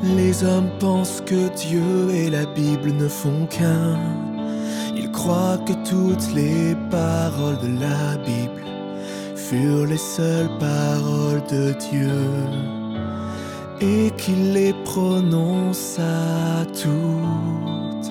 Les hommes pensent que Dieu et la Bible ne font qu'un. Ils croient que toutes les paroles de la Bible furent les seules paroles de Dieu et qu'il les prononça toutes.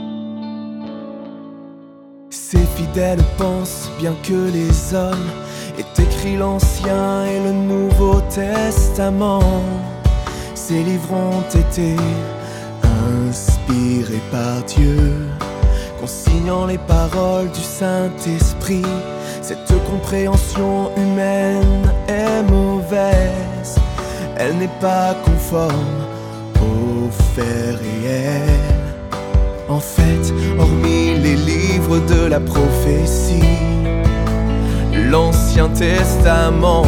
Ces fidèles pensent bien que les hommes aient écrit l'Ancien et le Nouveau Testament. Ces livres ont été inspirés par Dieu, consignant les paroles du Saint-Esprit. Cette compréhension humaine est mauvaise, elle n'est pas conforme aux faits réels. En fait, hormis les livres de la prophétie, l'Ancien Testament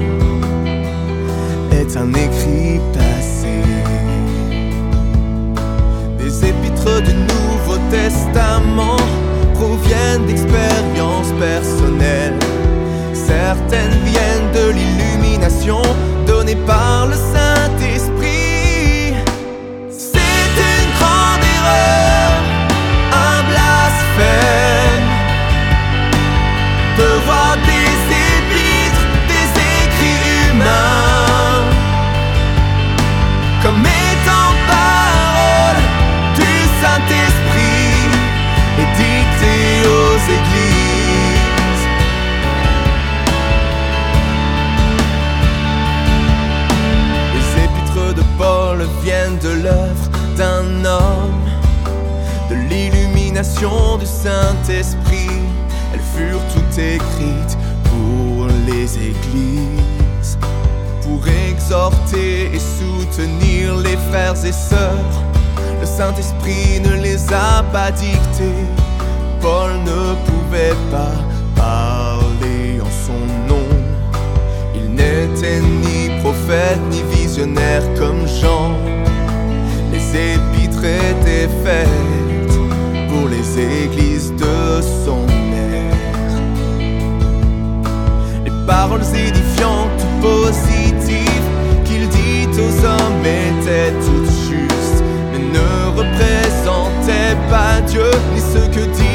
est un écrit passé. Les épîtres du Nouveau Testament proviennent d'expériences personnelles. Certaines viennent de l'illumination donnée par le Saint-Esprit. C'est une grande erreur, un blasphème, de voir des épîtres, des écrits humains comme étant parole du Saint-Esprit et dictées aux églises. Les épîtres de Paul viennent de l'œuvre d'un homme, de l'illumination du Saint-Esprit. Elles furent toutes écrites pour les églises, pour exhorter et soutenir les frères et sœurs. Le Saint-Esprit ne les a pas dictées. Paul ne pouvait pas parler en son nom. Il n'était ni prophète ni visionnaire comme Jean. Les épîtres étaient faites pour les églises de son ère. Les paroles édifiantes ou positives qu'il dit aux hommes étaient toutes justes, mais ne représentaient pas Dieu ni ce que dit